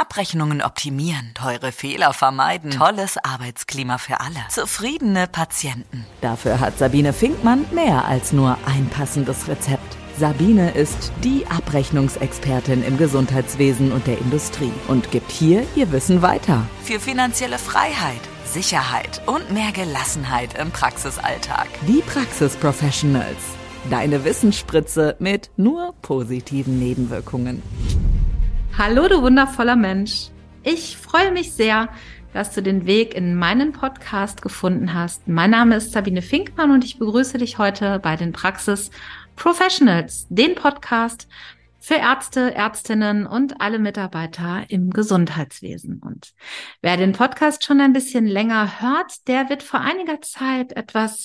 Abrechnungen optimieren, teure Fehler vermeiden, tolles Arbeitsklima für alle, zufriedene Patienten. Dafür hat Sabine Finkmann mehr als nur ein passendes Rezept. Sabine ist die Abrechnungsexpertin im Gesundheitswesen und der Industrie und gibt hier ihr Wissen weiter. Für finanzielle Freiheit, Sicherheit und mehr Gelassenheit im Praxisalltag. Die Praxis-Professionals. Deine Wissensspritze mit nur positiven Nebenwirkungen. Hallo, du wundervoller Mensch. Ich freue mich sehr, dass du den Weg in meinen Podcast gefunden hast. Mein Name ist Sabine Finkmann und ich begrüße dich heute bei den Praxis Professionals, den Podcast für Ärzte, Ärztinnen und alle Mitarbeiter im Gesundheitswesen. Und wer den Podcast schon ein bisschen länger hört, der wird vor einiger Zeit etwas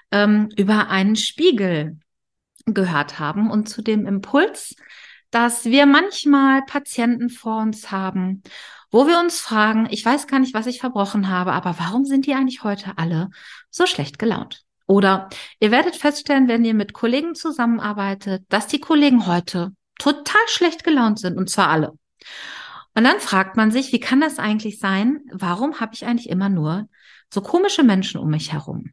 über einen Spiegel gehört haben und zu dem Impuls, dass wir manchmal Patienten vor uns haben, wo wir uns fragen, ich weiß gar nicht, was ich verbrochen habe, aber warum sind die eigentlich heute alle so schlecht gelaunt? Oder ihr werdet feststellen, wenn ihr mit Kollegen zusammenarbeitet, dass die Kollegen heute total schlecht gelaunt sind, und zwar alle. Und dann fragt man sich, wie kann das eigentlich sein? Warum habe ich eigentlich immer nur so komische Menschen um mich herum?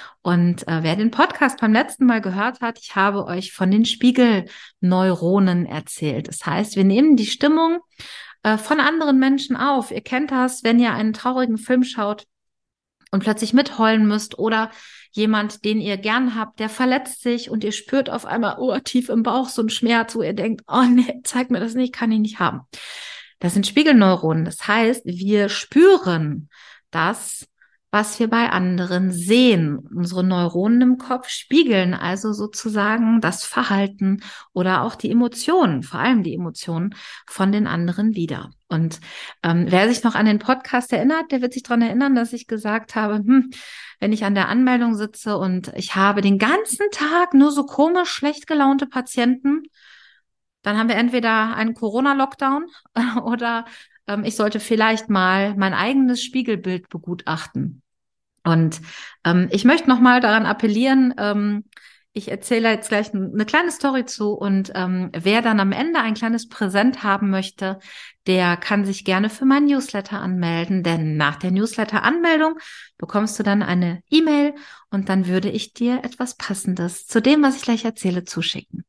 Und wer den Podcast beim letzten Mal gehört hat, ich habe euch von den Spiegelneuronen erzählt. Das heißt, wir nehmen die Stimmung von anderen Menschen auf. Ihr kennt das, wenn ihr einen traurigen Film schaut und plötzlich mitheulen müsst oder jemand, den ihr gern habt, der verletzt sich und ihr spürt auf einmal tief im Bauch so einen Schmerz, wo ihr denkt, oh nee, zeig mir das nicht, kann ich nicht haben. Das sind Spiegelneuronen. Das heißt, wir spüren das, was wir bei anderen sehen. Unsere Neuronen im Kopf spiegeln also sozusagen das Verhalten oder auch die Emotionen, vor allem die Emotionen von den anderen wider. Und wer sich noch an den Podcast erinnert, der wird sich daran erinnern, dass ich gesagt habe, wenn ich an der Anmeldung sitze und ich habe den ganzen Tag nur so komisch schlecht gelaunte Patienten, dann haben wir entweder einen Corona-Lockdown oder ich sollte vielleicht mal mein eigenes Spiegelbild begutachten. Und ich möchte nochmal daran appellieren, ich erzähle jetzt gleich eine kleine Story zu und wer dann am Ende ein kleines Präsent haben möchte, der kann sich gerne für mein Newsletter anmelden, denn nach der Newsletter-Anmeldung bekommst du dann eine E-Mail und dann würde ich dir etwas Passendes zu dem, was ich gleich erzähle, zuschicken.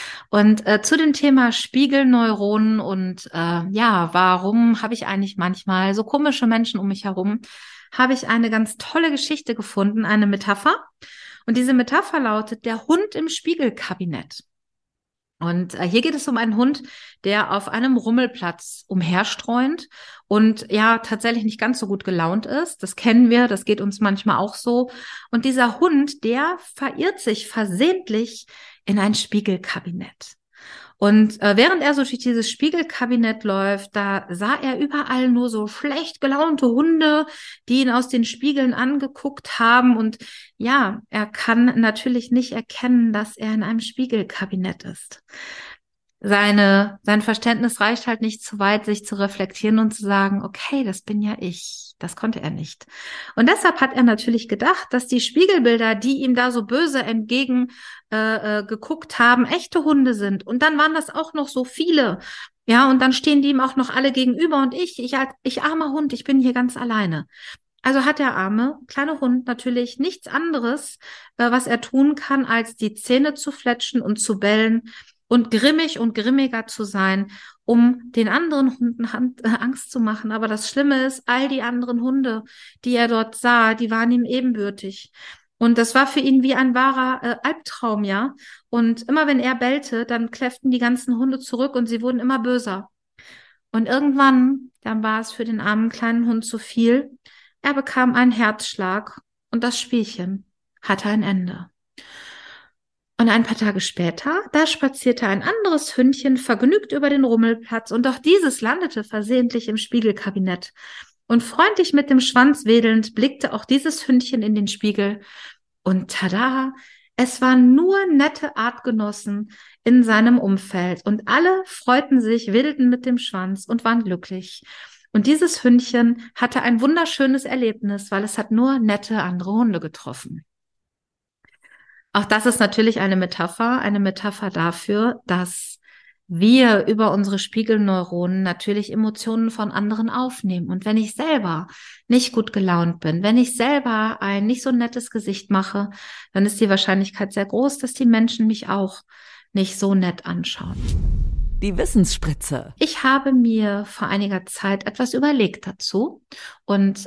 Und zu dem Thema Spiegelneuronen und warum habe ich eigentlich manchmal so komische Menschen um mich herum, habe ich eine ganz tolle Geschichte gefunden, eine Metapher. Und diese Metapher lautet der Hund im Spiegelkabinett. Und hier geht es um einen Hund, der auf einem Rummelplatz umherstreunt und ja tatsächlich nicht ganz so gut gelaunt ist. Das kennen wir, das geht uns manchmal auch so. Und dieser Hund, der verirrt sich versehentlich in ein Spiegelkabinett. Und während er so durch dieses Spiegelkabinett läuft, da sah er überall nur so schlecht gelaunte Hunde, die ihn aus den Spiegeln angeguckt haben. Und ja, er kann natürlich nicht erkennen, dass er in einem Spiegelkabinett ist. Sein Verständnis reicht halt nicht zu weit, sich zu reflektieren und zu sagen, okay, das bin ja ich. Das konnte er nicht. Und deshalb hat er natürlich gedacht, dass die Spiegelbilder, die ihm da so böse entgegen geguckt haben, echte Hunde sind. Und dann waren das auch noch so viele. Ja, und dann stehen die ihm auch noch alle gegenüber und ich armer Hund, ich bin hier ganz alleine. Also hat der arme kleine Hund natürlich nichts anderes, was er tun kann, als die Zähne zu fletschen und zu bellen und grimmig und grimmiger zu sein, um den anderen Hunden Angst zu machen. Aber das Schlimme ist, all die anderen Hunde, die er dort sah, die waren ihm ebenbürtig. Und das war für ihn wie ein wahrer Albtraum, ja. Und immer wenn er bellte, dann kläfften die ganzen Hunde zurück und sie wurden immer böser. Und irgendwann, dann war es für den armen kleinen Hund zu viel. Er bekam einen Herzschlag und das Spielchen hatte ein Ende. Und ein paar Tage später, da spazierte ein anderes Hündchen vergnügt über den Rummelplatz und auch dieses landete versehentlich im Spiegelkabinett. Und freundlich mit dem Schwanz wedelnd blickte auch dieses Hündchen in den Spiegel. Und tada, es waren nur nette Artgenossen in seinem Umfeld. Und alle freuten sich, wedelten mit dem Schwanz und waren glücklich. Und dieses Hündchen hatte ein wunderschönes Erlebnis, weil es hat nur nette andere Hunde getroffen. Auch das ist natürlich eine Metapher dafür, dass wir über unsere Spiegelneuronen natürlich Emotionen von anderen aufnehmen. Und wenn ich selber nicht gut gelaunt bin, wenn ich selber ein nicht so nettes Gesicht mache, dann ist die Wahrscheinlichkeit sehr groß, dass die Menschen mich auch nicht so nett anschauen. Die Wissensspritze. Ich habe mir vor einiger Zeit etwas überlegt dazu und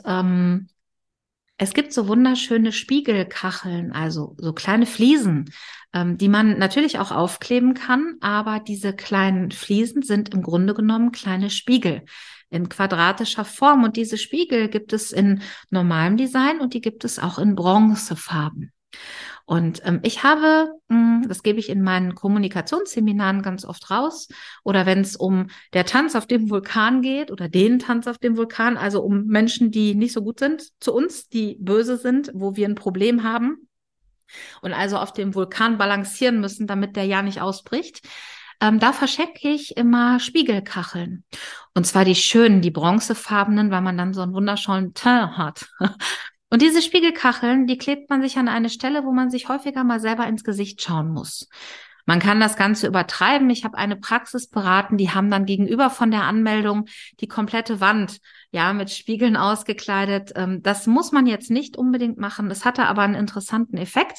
es gibt so wunderschöne Spiegelkacheln, also so kleine Fliesen, die man natürlich auch aufkleben kann, aber diese kleinen Fliesen sind im Grunde genommen kleine Spiegel in quadratischer Form und diese Spiegel gibt es in normalem Design und die gibt es auch in Bronzefarben. Und ich habe, das gebe ich in meinen Kommunikationsseminaren ganz oft raus, oder wenn es um der Tanz auf dem Vulkan geht oder den Tanz auf dem Vulkan, also um Menschen, die nicht so gut sind zu uns, die böse sind, wo wir ein Problem haben und also auf dem Vulkan balancieren müssen, damit der ja nicht ausbricht. Da verschenke ich immer Spiegelkacheln. Und zwar die schönen, die bronzefarbenen, weil man dann so einen wunderschönen Teint hat. Und diese Spiegelkacheln, die klebt man sich an eine Stelle, wo man sich häufiger mal selber ins Gesicht schauen muss. Man kann das Ganze übertreiben. Ich habe eine Praxis beraten, die haben dann gegenüber von der Anmeldung die komplette Wand ja mit Spiegeln ausgekleidet. Das muss man jetzt nicht unbedingt machen. Es hatte aber einen interessanten Effekt,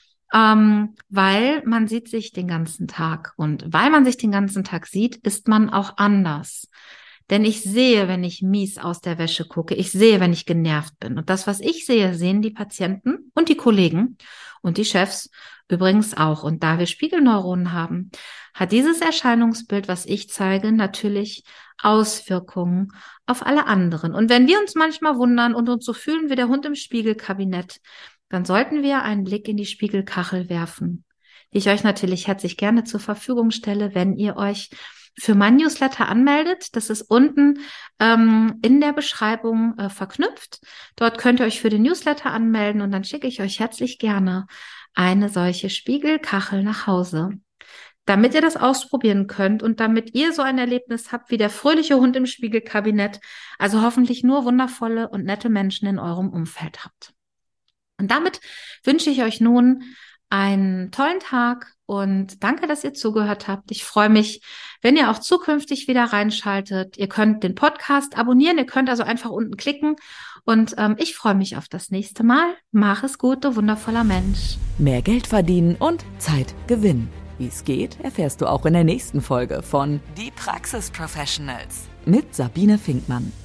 weil man sieht sich den ganzen Tag. Und weil man sich den ganzen Tag sieht, ist man auch anders. Denn ich sehe, wenn ich mies aus der Wäsche gucke, ich sehe, wenn ich genervt bin. Und das, was ich sehe, sehen die Patienten und die Kollegen und die Chefs übrigens auch. Und da wir Spiegelneuronen haben, hat dieses Erscheinungsbild, was ich zeige, natürlich Auswirkungen auf alle anderen. Und wenn wir uns manchmal wundern und uns so fühlen wie der Hund im Spiegelkabinett, dann sollten wir einen Blick in die Spiegelkachel werfen, die ich euch natürlich herzlich gerne zur Verfügung stelle, wenn ihr euch für mein Newsletter anmeldet. Das ist unten in der Beschreibung verknüpft. Dort könnt ihr euch für den Newsletter anmelden und dann schicke ich euch herzlich gerne eine solche Spiegelkachel nach Hause, damit ihr das ausprobieren könnt und damit ihr so ein Erlebnis habt wie der fröhliche Hund im Spiegelkabinett, also hoffentlich nur wundervolle und nette Menschen in eurem Umfeld habt. Und damit wünsche ich euch nun einen tollen Tag und danke, dass ihr zugehört habt. Ich freue mich, wenn ihr auch zukünftig wieder reinschaltet. Ihr könnt den Podcast abonnieren, ihr könnt also einfach unten klicken und ich freue mich auf das nächste Mal. Mach es gut, du wundervoller Mensch. Mehr Geld verdienen und Zeit gewinnen. Wie es geht, erfährst du auch in der nächsten Folge von Die Praxis Professionals mit Sabine Finkmann.